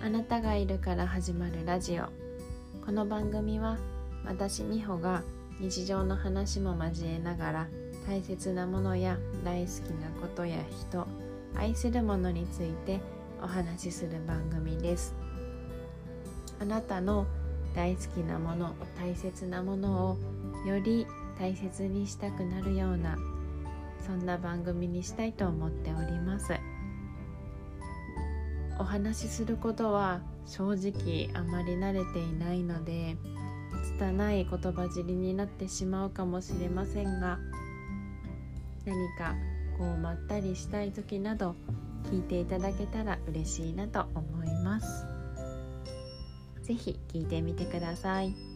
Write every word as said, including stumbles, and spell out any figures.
あなたがいるから始まるラジオ。この番組は私美穂が日常の話も交えながら大切なものや大好きなことや人、愛するものについてお話しする番組です。あなたの大好きなもの、大切なものをより大切にしたくなるような、そんな番組にしたいと思っております。お話しすることは正直あまり慣れていないので、拙い言葉尻になってしまうかもしれませんが、何かこうまったりしたい時など聞いていただけたら嬉しいなと思います。ぜひ聞いてみてください。